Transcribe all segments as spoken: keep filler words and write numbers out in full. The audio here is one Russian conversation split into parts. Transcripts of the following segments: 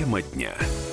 Тема дня.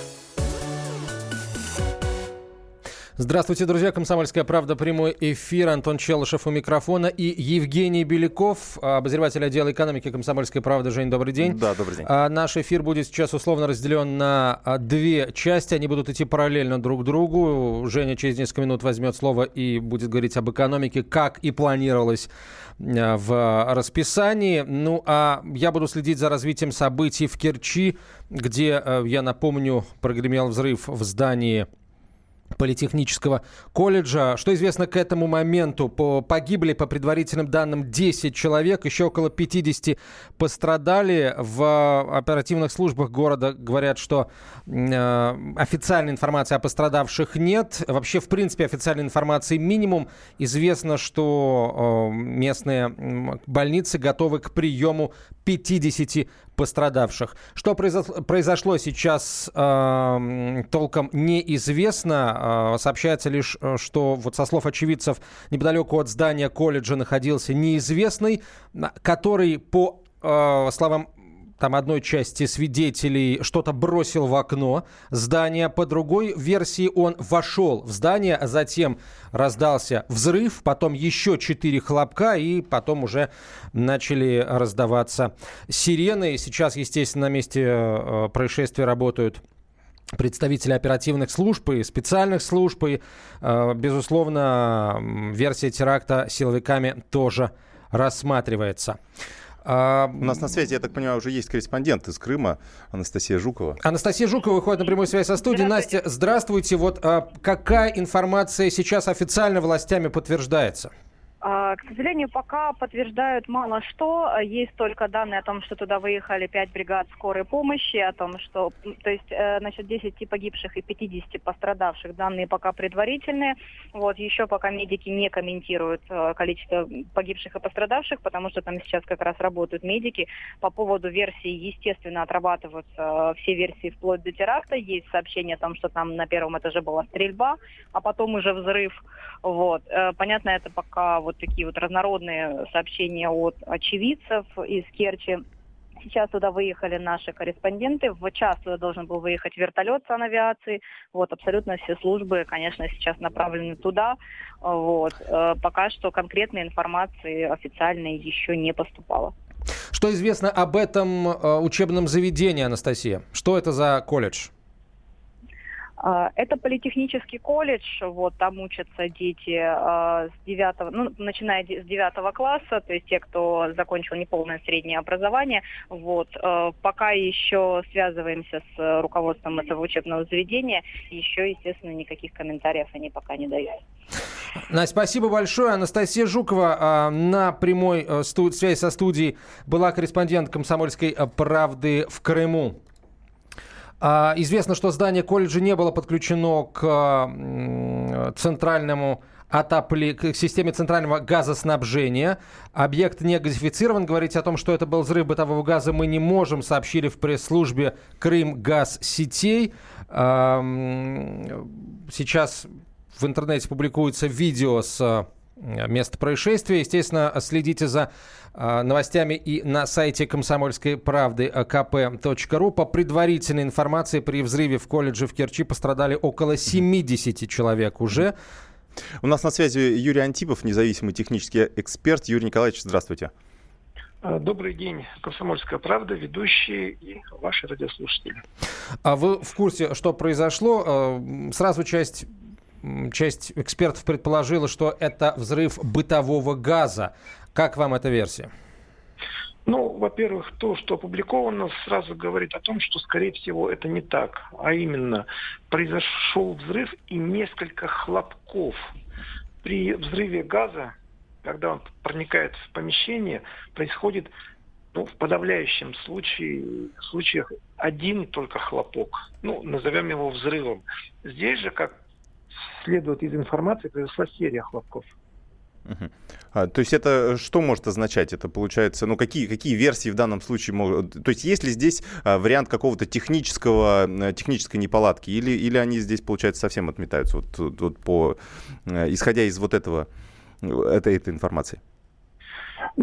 Здравствуйте, друзья. «Комсомольская правда», прямой эфир. Антон Челышев у микрофона и Евгений Беляков, обозреватель отдела экономики «Комсомольской правды». Жень, добрый день. Да, добрый день. А, наш эфир будет сейчас условно разделен на а, две части. Они будут идти параллельно друг другу. Женя через несколько минут возьмет слово и будет говорить об экономике, как и планировалось а, в расписании. Ну, а я буду следить за развитием событий в Керчи, где, а, я напомню, прогремел взрыв в здании Политехнического колледжа. Что известно к этому моменту? По, погибли, по предварительным данным, десять человек, еще около пятьдесят пострадали. В оперативных службах города говорят, что э, официальной информации о пострадавших нет. Вообще, в принципе, официальной информации минимум. Известно, что э, местные больницы готовы к приему пятидесяти пострадавших. Что произошло, произошло сейчас, э, толком неизвестно. Э, сообщается лишь, что вот со слов очевидцев неподалеку от здания колледжа находился неизвестный, который, по э, словам там одной части свидетелей, что-то бросил в окно здания. По другой версии, он вошел в здание, а затем раздался взрыв, потом еще четыре хлопка, и потом уже начали раздаваться сирены. Сейчас, естественно, на месте происшествия работают представители оперативных служб и специальных служб. И, безусловно, версия теракта силовиками тоже рассматривается. У нас на связи, я так понимаю, уже есть корреспондент из Крыма, Анастасия Жукова. Анастасия Жукова выходит на прямую связь со студией. Настя, здравствуйте. Вот а, какая информация сейчас официально властями подтверждается? К сожалению, пока подтверждают мало что. Есть только данные о том, что туда выехали пять бригад скорой помощи, о том, что, то есть, насчет десяти погибших и пятидесяти пострадавших. Данные пока предварительные. Вот, еще пока медики не комментируют количество погибших и пострадавших, потому что там сейчас как раз работают медики. По поводу версии, естественно, отрабатываются все версии вплоть до теракта. Есть сообщение о том, что там на первом этаже была стрельба, а потом уже взрыв. Вот. Понятно, это пока вот такие вот разнородные сообщения от очевидцев из Керчи. Сейчас туда выехали наши корреспонденты. В час туда должен был выехать вертолет санавиации. Вот, абсолютно все службы, конечно, сейчас направлены туда. Вот. Пока что конкретной информации официальной еще не поступало. Что известно об этом учебном заведении, Анастасия? Что это за колледж? Это политехнический колледж, вот там учатся дети э, с девятого, ну, начиная с девятого класса, то есть те, кто закончил неполное среднее образование. Вот, э, пока еще связываемся с руководством этого учебного заведения, еще, естественно, никаких комментариев они пока не дают. Настя, спасибо большое. Анастасия Жукова э, на прямой э, студ- связи со студией была корреспондент «Комсомольской правды» в Крыму. Известно, что здание колледжа не было подключено к центральному отопле... к системе центрального газоснабжения. Объект не газифицирован. Говорить о том, что это был взрыв бытового газа, мы не можем, сообщили в пресс-службе Крымгазсетей. Сейчас в интернете публикуется видео с места происшествия. Естественно, следите за новостями и на сайте «Комсомольской правды» ка пэ точка ру. По предварительной информации, при взрыве в колледже в Керчи пострадали около семьдесят человек уже. У нас на связи Юрий Антипов, независимый технический эксперт. Юрий Николаевич, здравствуйте. Добрый день, «Комсомольская правда», ведущие и ваши радиослушатели. А вы в курсе, что произошло? Сразу часть... Часть экспертов предположила, что это взрыв бытового газа. Как вам эта версия? Ну, во-первых, то, что опубликовано, сразу говорит о том, что, скорее всего, это не так. А именно, произошел взрыв и несколько хлопков. При взрыве газа, когда он проникает в помещение, происходит, ну, в подавляющем случае, случаях один только хлопок. Ну, назовем его взрывом. Здесь же, как следует из информации, произошла серия хлопков. Uh-huh. А, то есть это что может означать? Это получается, ну какие, какие версии в данном случае могут... То есть есть ли здесь а, вариант какого-то технического, технической неполадки? Или, или они здесь, получается, совсем отметаются, вот, вот по, исходя из вот этого, этой, этой информации? Ну,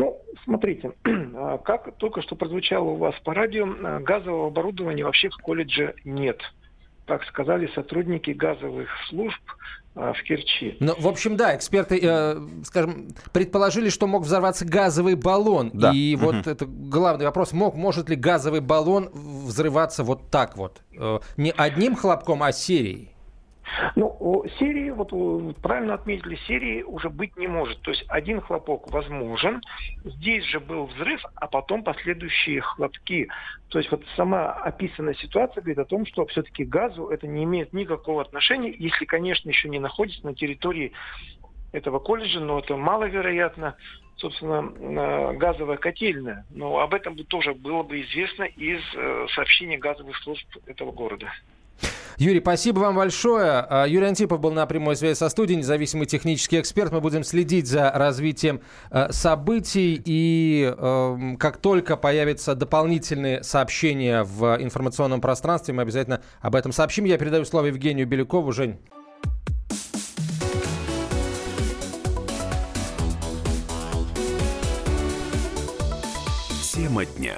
Смотрите, как только что прозвучало у вас по радио, газового оборудования вообще в колледже нет. Так сказали сотрудники газовых служб в Керчи. Ну, в общем, да, эксперты, э, скажем, предположили, что мог взорваться газовый баллон. Да. И угу. вот это главный вопрос, мог, может ли газовый баллон взрываться вот так вот? Э, не одним хлопком, а серией? Ну, серии, вот вы правильно отметили, серии уже быть не может. То есть один хлопок возможен, здесь же был взрыв, а потом последующие хлопки. То есть вот сама описанная ситуация говорит о том, что все-таки газу это не имеет никакого отношения, если, конечно, еще не находится на территории этого колледжа, но это маловероятно, собственно, газовая котельная. Но об этом бы тоже было бы известно из сообщений газовых служб этого города. Юрий, спасибо вам большое. Юрий Антипов был на прямой связи со студией, независимый технический эксперт. Мы будем следить за развитием событий. И э, как только появятся дополнительные сообщения в информационном пространстве, мы обязательно об этом сообщим. Я передаю слово Евгению Белякову. Жень. Тема дня.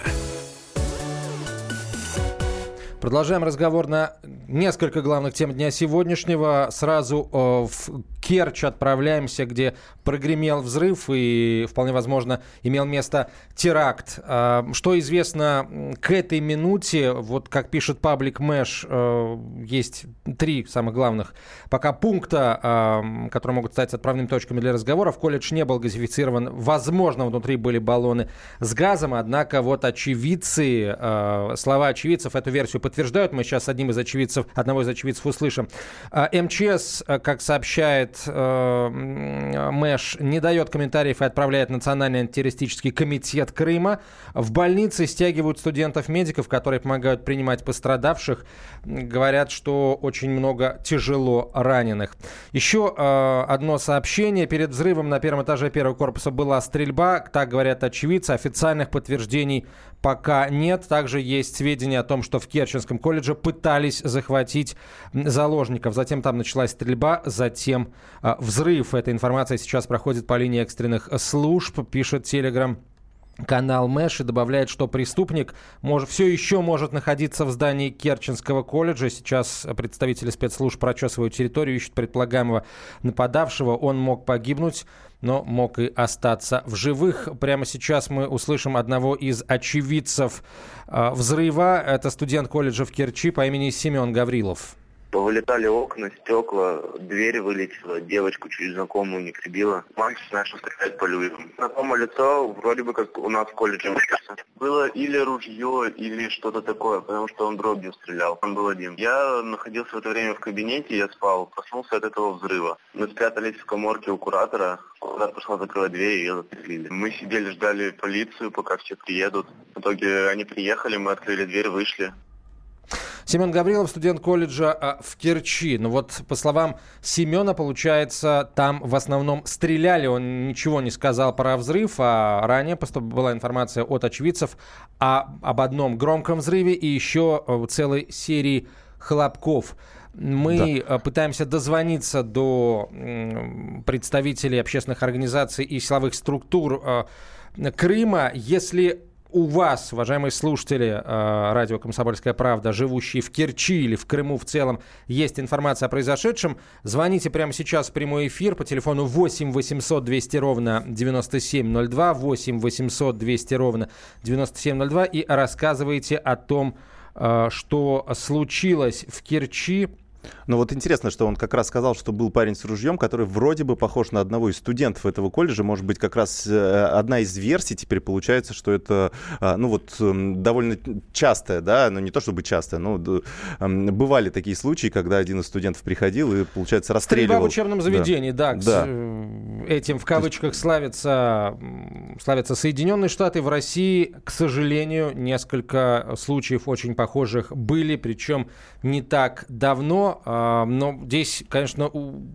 Продолжаем разговор на несколько главных тем дня сегодняшнего. Сразу э, в Керчь отправляемся, где прогремел взрыв и, вполне возможно, имел место теракт. Э, что известно к этой минуте, вот как пишет паблик Мэш, э, есть три самых главных пока пункта, э, которые могут стать отправными точками для разговоров. Колледж не был газифицирован. Возможно, внутри были баллоны с газом, однако вот очевидцы, э, слова очевидцев эту версию подтверждают. Подтверждают. Мы сейчас одним из очевидцев, одного из очевидцев услышим. МЧС, как сообщает э, Мэш, не дает комментариев и отправляет Национальный антитеррористический комитет Крыма. В больнице стягивают студентов-медиков, которые помогают принимать пострадавших. Говорят, что очень много тяжело раненых. Еще э, одно сообщение. Перед взрывом на первом этаже первого корпуса была стрельба. Так говорят очевидцы. Официальных подтверждений пока нет. Также есть сведения о том, что в Керченском колледже пытались захватить заложников. Затем там началась стрельба, затем э, взрыв. Эта информация сейчас проходит по линии экстренных служб, пишет Телеграм. Канал Мэш и добавляет, что преступник может, все еще может находиться в здании Керченского колледжа. Сейчас представители спецслужб прочесывают территорию, ищут предполагаемого нападавшего. Он мог погибнуть, но мог и остаться в живых. Прямо сейчас мы услышим одного из очевидцев э, взрыва. Это студент колледжа в Керчи по имени Семен Гаврилов. Повылетали окна, стекла, дверь вылетела, девочку чуть знакомую не прибила. Мальчик начал стрелять по людям. Знакомое лицо вроде бы как у нас в колледже учится. Было или ружье, или что-то такое, потому что он дробью стрелял. Он был один. Я находился в это время в кабинете, я спал, проснулся от этого взрыва. Мы спрятались в каморке у куратора. Куратор пошла закрывать дверь, и ее застрелили. Мы сидели, ждали полицию, пока все приедут. В итоге они приехали, мы открыли дверь, вышли. Семен Гаврилов, студент колледжа в Керчи. Ну вот, по словам Семена, получается, там в основном стреляли. Он ничего не сказал про взрыв, а ранее была информация от очевидцев о, об одном громком взрыве и еще целой серии хлопков. Мы да. пытаемся дозвониться до представителей общественных организаций и силовых структур Крыма. Если у вас, уважаемые слушатели э, радио «Комсомольская правда», живущие в Керчи или в Крыму в целом, есть информация о произошедшем, звоните прямо сейчас в прямой эфир по телефону восемь восемьсот двести ровно девяносто семь ноль два, восемь восемьсот двести ровно девяносто семь ноль два и рассказывайте о том, э, что случилось в Керчи. Но вот интересно, что он как раз сказал, что был парень с ружьем, который вроде бы похож на одного из студентов этого колледжа. Может быть, как раз одна из версий теперь получается, что это, ну вот, довольно частая, да, ну не то чтобы частая, но бывали такие случаи, когда один из студентов приходил и, получается, расстреливал. Стрельба в учебном заведении, да. да. да. Этим в кавычках славятся, славятся Соединенные Штаты. В России, к сожалению, несколько случаев очень похожих были, причем не так давно. Но здесь, конечно,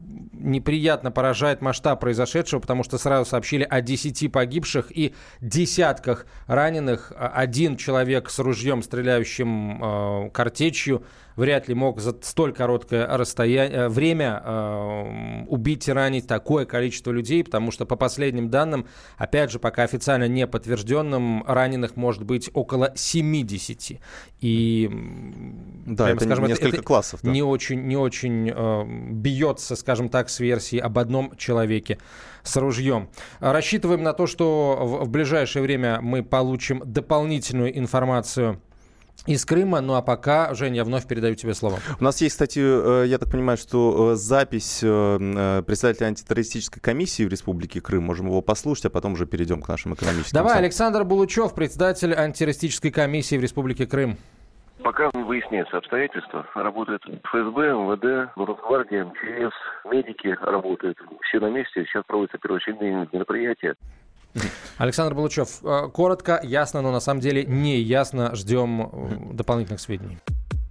неприятно поражает масштаб произошедшего, потому что сразу сообщили о десяти погибших и десятках раненых. Один человек с ружьем, стреляющим картечью, вряд ли мог за столь короткое расстояние, время э, убить и ранить такое количество людей, потому что по последним данным, опять же, пока официально не подтвержденным, раненых может быть около семидесяти. И, да, прямо, это скажем, несколько это, классов. Да. Не очень, не очень э, бьется, скажем так, с версией об одном человеке с ружьем. Рассчитываем на то, что в, в ближайшее время мы получим дополнительную информацию из Крыма. Ну а пока, Жень, я вновь передаю тебе слово. У нас есть, кстати, я так понимаю, что запись председателя антитеррористической комиссии в Республике Крым. Можем его послушать, а потом уже перейдем к нашим экономическим. Давай, самым. Александр Булычев, председатель антитеррористической комиссии в Республике Крым. Пока выясняются обстоятельства, работает ФСБ, МВД, Росгвардия, МЧС, медики работают. Все на месте, сейчас проводятся первоочередные мероприятия. Александр Булычев, коротко, ясно, но на самом деле не ясно. Ждем дополнительных сведений.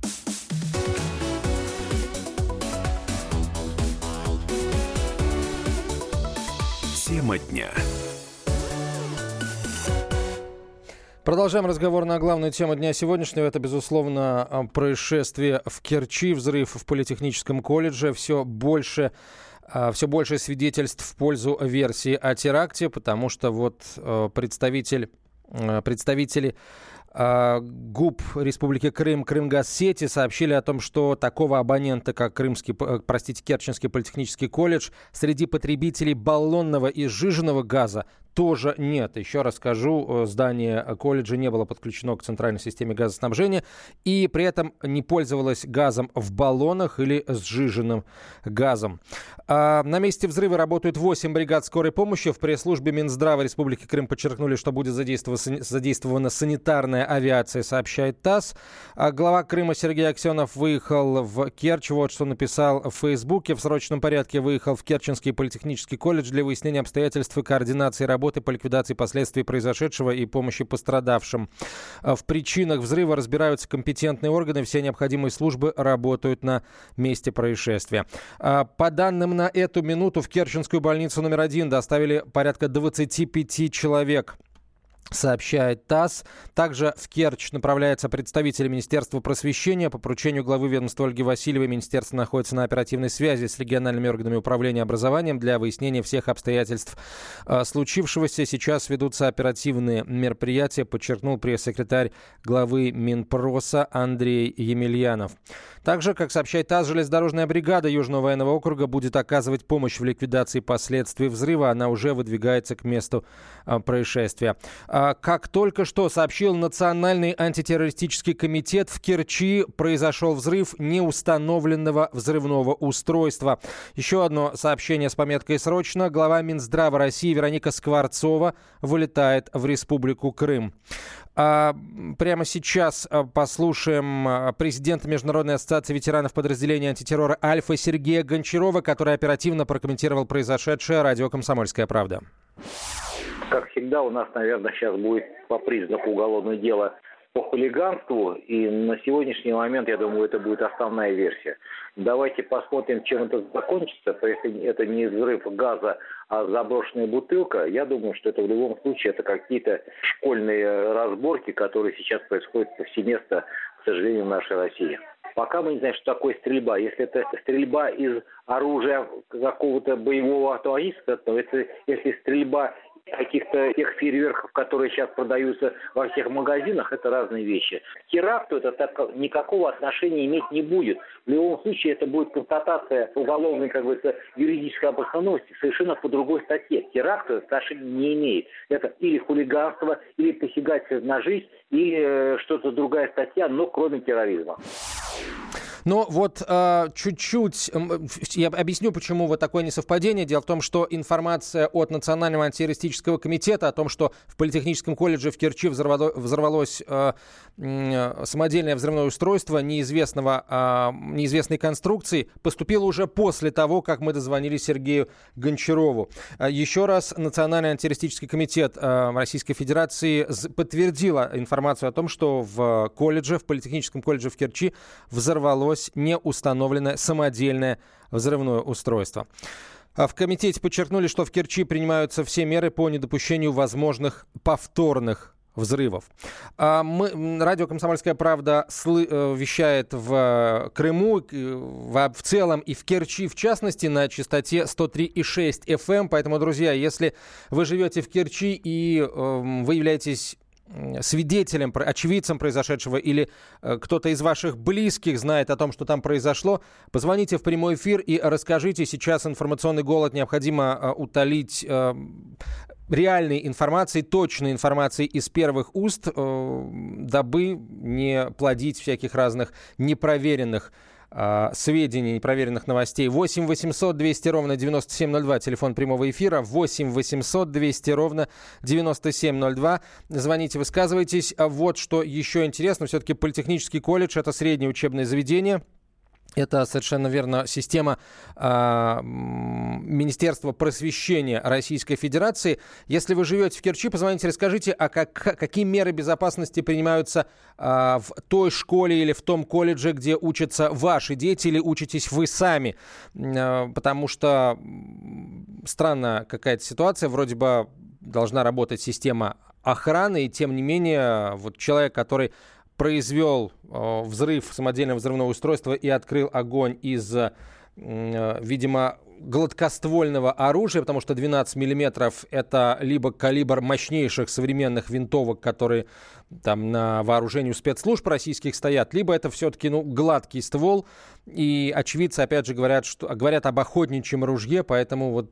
Тема дня. Продолжаем разговор на главную тему дня сегодняшнего. Это, безусловно, происшествие в Керчи, взрыв в политехническом колледже. Все больше, все больше свидетельств в пользу версии о теракте, потому что вот представитель, представители ГУП Республики Крым, Крымгазсети сообщили о том, что такого абонента, как Крымский, простите, Керченский политехнический колледж, среди потребителей баллонного и сжиженного газа тоже нет. Еще раз скажу, здание колледжа не было подключено к центральной системе газоснабжения и при этом не пользовалось газом в баллонах или сжиженным газом. А на месте взрыва работают восемь бригад скорой помощи. В пресс-службе Минздрава Республики Крым подчеркнули, что будет задействована, задействована санитарная авиация, сообщает ТАСС. А глава Крыма Сергей Аксенов выехал в Керчь. Вот что написал в Фейсбуке. В срочном порядке выехал в Керченский политехнический колледж для выяснения обстоятельств и координации работы по ликвидации последствий произошедшего и помощи пострадавшим. В причинах взрыва разбираются компетентные органы. Все необходимые службы работают на месте происшествия. По данным на эту минуту в Керченскую больницу номер один доставили порядка двадцати пяти человек, сообщает ТАСС. Также в Керчь направляется представитель Министерства просвещения. По поручению главы ведомства Ольги Васильевой министерство находится на оперативной связи с региональными органами управления образованием для выяснения всех обстоятельств э, случившегося. Сейчас ведутся оперативные мероприятия, подчеркнул пресс-секретарь главы Минпроса Андрей Емельянов. Также, как сообщает ТАСС, железнодорожная бригада Южного военного округа будет оказывать помощь в ликвидации последствий взрыва. Она уже выдвигается к месту э, происшествия. Как только что сообщил Национальный антитеррористический комитет, в Керчи произошел взрыв неустановленного взрывного устройства. Еще одно сообщение с пометкой «Срочно». Глава Минздрава России Вероника Скворцова вылетает в Республику Крым. А прямо сейчас послушаем президента Международной ассоциации ветеранов подразделения антитеррора «Альфа» Сергея Гончарова, который оперативно прокомментировал произошедшее. Радио «Комсомольская правда». Как всегда, у нас, наверное, сейчас будет по признаку уголовное дело по хулиганству. И на сегодняшний момент, я думаю, это будет основная версия. Давайте посмотрим, чем это закончится. То есть, если это не взрыв газа, а заброшенная бутылка, я думаю, что это в любом случае это какие-то школьные разборки, которые сейчас происходят повсеместно, к сожалению, в нашей России. Пока мы не знаем, что такое стрельба. Если это стрельба из оружия какого-то боевого автоматического, то это если стрельба каких-то тех фейерверков, которые сейчас продаются во всех магазинах, это разные вещи. К теракту это так, никакого отношения иметь не будет. В любом случае это будет констатация уголовной, как говорится, юридической обоснованности совершенно по другой статье. К теракту отношения не имеет. Это или хулиганство, или посягательство на жизнь, или э, что-то другая статья, но кроме терроризма. Но вот э, чуть-чуть, э, я объясню, почему вот такое несовпадение. Дело в том, что информация от Национального антитеррористического комитета о том, что в политехническом колледже в Керчи взорвало, взорвалось э, э, самодельное взрывное устройство неизвестного, э, неизвестной конструкции, поступила уже после того, как мы дозвонились Сергею Гончарову. Еще раз, Национальный антитеррористический комитет э, Российской Федерации подтвердила информацию о том, что в колледже, в политехническом колледже в Керчи взорвалось неустановленное самодельное взрывное устройство. В комитете подчеркнули, что в Керчи принимаются все меры по недопущению возможных повторных взрывов. Мы, радио «Комсомольская правда» слы, вещает в Крыму, в, в целом и в Керчи, в частности, на частоте сто три и шесть эф эм. Поэтому, друзья, если вы живете в Керчи и э, вы являетесь свидетелем, очевидцем произошедшего, или э, кто-то из ваших близких знает о том, что там произошло, позвоните в прямой эфир и расскажите. Сейчас информационный голод необходимо э, утолить э, реальной информацией, точной информацией из первых уст, э, дабы не плодить всяких разных непроверенных сведений, непроверенных новостей. восемь восемьсот двести ровно девяносто семь ноль два, телефон прямого эфира. восемь восемьсот двести ровно девяносто семь ноль два. Звоните, высказывайтесь. Вот что еще интересно. Все-таки политехнический колледж – это среднее учебное заведение. Это совершенно верно система э, Министерства просвещения Российской Федерации. Если вы живете в Керчи, позвоните, расскажите, а как, какие меры безопасности принимаются э, в той школе или в том колледже, где учатся ваши дети или учитесь вы сами. Э, потому что странная какая-то ситуация, вроде бы должна работать система охраны, и тем не менее вот человек, который произвел э, взрыв самодельного взрывного устройства и открыл огонь из, э, видимо, гладкоствольного оружия, потому что двенадцать миллиметров – это либо калибр мощнейших современных винтовок, которые там на вооружении у спецслужб российских стоят, либо это все-таки ну, гладкий ствол. И очевидцы, опять же, говорят, что, говорят об охотничьем ружье, поэтому вот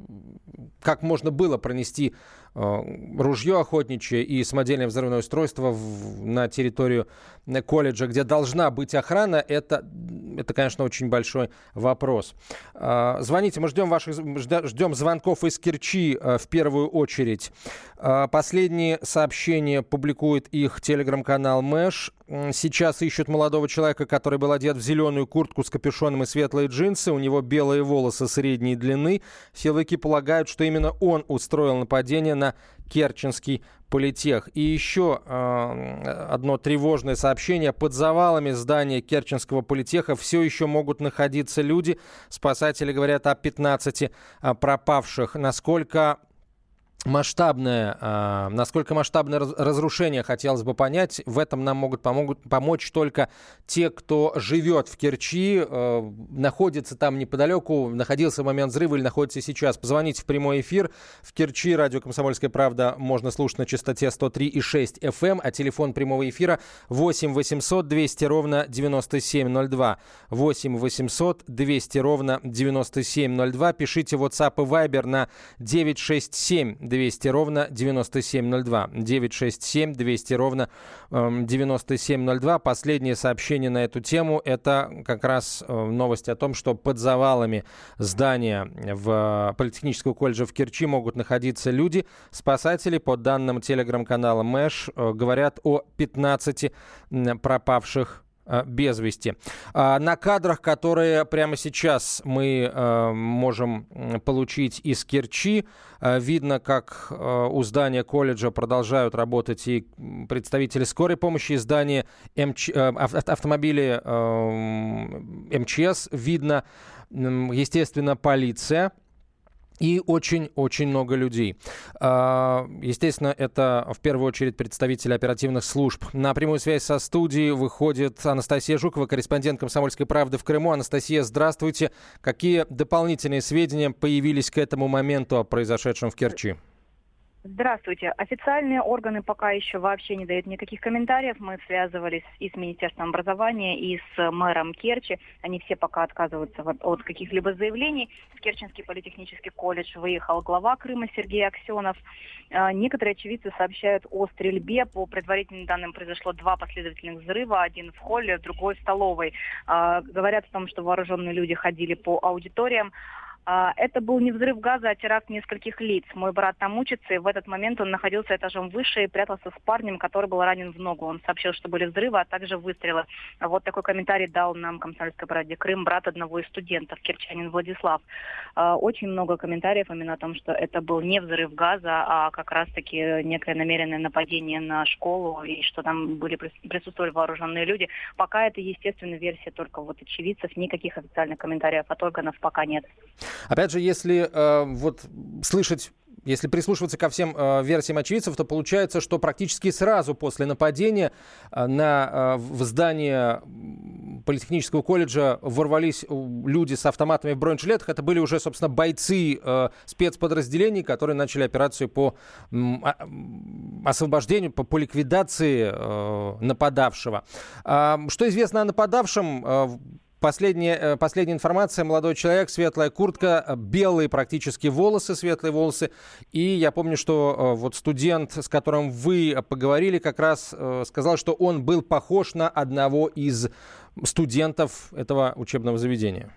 как можно было пронести э, ружье охотничье и самодельное взрывное устройство в, на территорию колледжа, где должна быть охрана, это, это конечно, очень большой вопрос. Э, звоните, мы ждем ваших ждем звонков из Керчи э, в первую очередь. Э, последние сообщения публикует их телеграм-канал Мэш. Сейчас ищут молодого человека, который был одет в зеленую куртку с капюшоном и светлые джинсы. У него белые волосы средней длины. Силовики полагают, что именно он устроил нападение на Керченский политех. И еще э, одно тревожное сообщение. Под завалами здания Керченского политеха все еще могут находиться люди. Спасатели говорят о пятнадцати э, пропавших. Насколько масштабное, э, насколько масштабное разрушение, хотелось бы понять. В этом нам могут помогут, помочь только те, кто живет в Керчи, э, находится там неподалеку, находился в момент взрыва или находится сейчас. Позвоните в прямой эфир. В Керчи радио «Комсомольская правда» можно слушать на частоте сто три и шесть эф эм, а телефон прямого эфира восемь восемьсот двести ровно девяносто семь ноль два. восемь восемьсот двести ровно девяносто семь ноль два. Пишите WhatsApp и Viber на девять шесть семь двести ровно девяносто семь ноль два. девять шесть семь двести ровно девяносто семь ноль два. Последнее сообщение на эту тему – это как раз новость о том, что под завалами здания в Политехнического колледжа в Керчи могут находиться люди. Спасатели, по данным телеграм-канала Мэш, говорят о пятнадцати пропавших без вести. На кадрах, которые прямо сейчас мы э, можем получить из Керчи, э, видно, как э, у здания колледжа продолжают работать и представители скорой помощи, и здания МЧ, э, автомобили э, эм че эс, видно, э, естественно, полиция. И очень-очень много людей. Естественно, это в первую очередь представители оперативных служб. На прямую связь со студией выходит Анастасия Жукова, корреспондент «Комсомольской правды» в Крыму. Анастасия, здравствуйте. Какие дополнительные сведения появились к этому моменту о произошедшем в Керчи? Здравствуйте. Официальные органы пока еще вообще не дают никаких комментариев. Мы связывались и с Министерством образования, и с мэром Керчи. Они все пока отказываются от каких-либо заявлений. В Керченский политехнический колледж выехал глава Крыма Сергей Аксенов. Некоторые очевидцы сообщают о стрельбе. По предварительным данным произошло два последовательных взрыва. Один в холле, другой в столовой. Говорят о том, что вооруженные люди ходили по аудиториям. Это был не взрыв газа, а теракт нескольких лиц. Мой брат там учится, и в этот момент он находился этажом выше и прятался с парнем, который был ранен в ногу. Он сообщил, что были взрывы, а также выстрелы. Вот такой комментарий дал нам «Комсомольской правде» Крым, брат одного из студентов, керчанин Владислав. Очень много комментариев именно о том, что это был не взрыв газа, а как раз-таки некое намеренное нападение на школу, и что там были присутствовали вооруженные люди. Пока это, естественно, версия только вот очевидцев, никаких официальных комментариев от органов пока нет. Опять же, если э, вот слышать Если прислушиваться ко всем э, версиям очевидцев, то получается, что практически сразу после нападения э, на, э, в здание Политехнического колледжа ворвались люди с автоматами в бронежилетах. Это были уже, собственно, бойцы э, спецподразделений, которые начали операцию по э, освобождению, по, по ликвидации э, нападавшего. Э, что известно о нападавшем? Э, Последняя, последняя информация. Молодой человек, светлая куртка, белые практически волосы, светлые волосы. И я помню, что вот студент, с которым вы поговорили, как раз сказал, что он был похож на одного из студентов этого учебного заведения.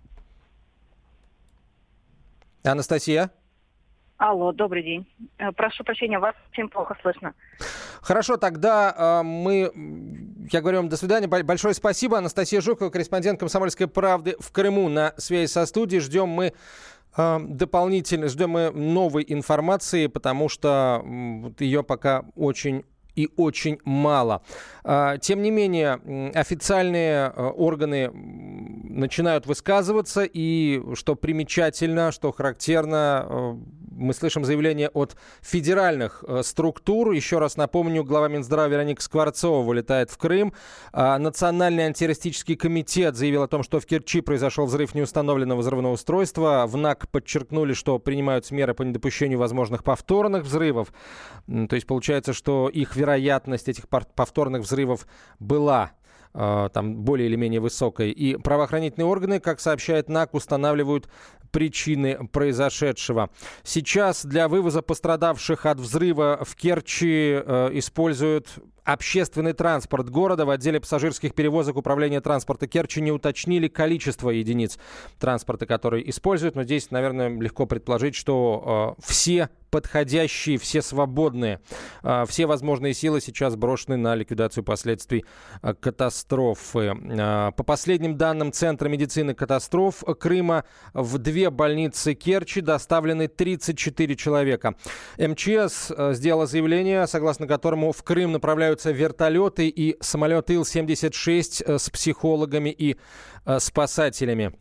Анастасия? Алло, добрый день. Прошу прощения, вас очень плохо слышно. Хорошо, тогда э, мы, я говорю вам до свидания. Большое спасибо. Анастасия Жукова, корреспондент «Комсомольской правды» в Крыму, на связи со студией. Ждем мы э, дополнительно, ждем мы новой информации, потому что э, ее пока очень и очень мало. Тем не менее, официальные органы начинают высказываться, и что примечательно, что характерно, мы слышим заявления от федеральных структур. Еще раз напомню, глава Минздрава Вероника Скворцова вылетает в Крым. Национальный антитеррористический комитет заявил о том, что в Керчи произошел взрыв неустановленного взрывного устройства. В НАК подчеркнули, что принимаются меры по недопущению возможных повторных взрывов. То есть получается, что их вероятность этих повторных взрывов была э, там более или менее высокой. И правоохранительные органы, как сообщает НАК, устанавливают причины произошедшего. Сейчас для вывоза пострадавших от взрыва в Керчи э, используют общественный транспорт города. В отделе пассажирских перевозок Управления транспорта Керчи не уточнили количество единиц транспорта, которые используют. Но здесь, наверное, легко предположить, что э, все подходящие, все свободные, э, все возможные силы сейчас брошены на ликвидацию последствий э, катастрофы. Э, по последним данным Центра медицины катастроф Крыма, в две больницы Керчи доставлены тридцать четыре человека. МЧС э, сделала заявление, согласно которому в Крым направляются вертолеты и самолет Ил семьдесят шесть э, с психологами и э, спасателями.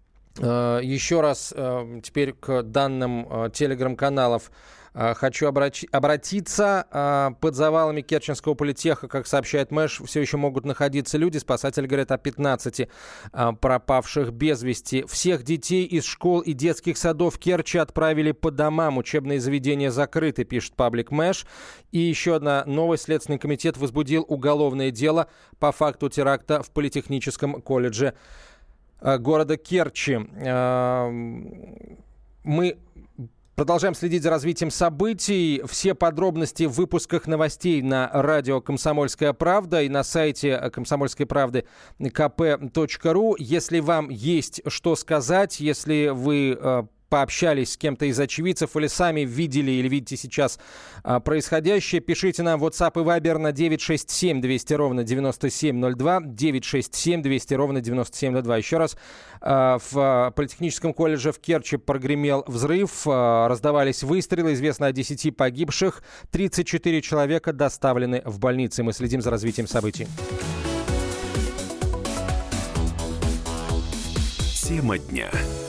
Еще раз теперь к данным телеграм-каналов хочу обратиться. Под завалами Керченского политеха, как сообщает Мэш, все еще могут находиться люди. Спасатели говорят о пятнадцати пропавших без вести. Всех детей из школ и детских садов Керчи отправили по домам. Учебные заведения закрыты, пишет паблик Мэш. И еще одна новость. Следственный комитет возбудил уголовное дело по факту теракта в Политехническом колледже города Керчи. Мы продолжаем следить за развитием событий. Все подробности в выпусках новостей на радио «Комсомольская правда» и на сайте «Комсомольской правды» ка пэ точка ру. Если вам есть что сказать, если вы пообщались с кем-то из очевидцев или сами видели или видите сейчас а, происходящее, пишите нам в WhatsApp и Viber на девять шесть семь двести ровно девяносто семь ноль два, девять шесть семь двести ровно девяносто семь ноль два. Еще раз, а, в а, Политехническом колледже в Керчи прогремел взрыв, а, раздавались выстрелы, известно о десяти погибших, тридцать четыре человека доставлены в больницы. Мы следим за развитием событий. Тема дня.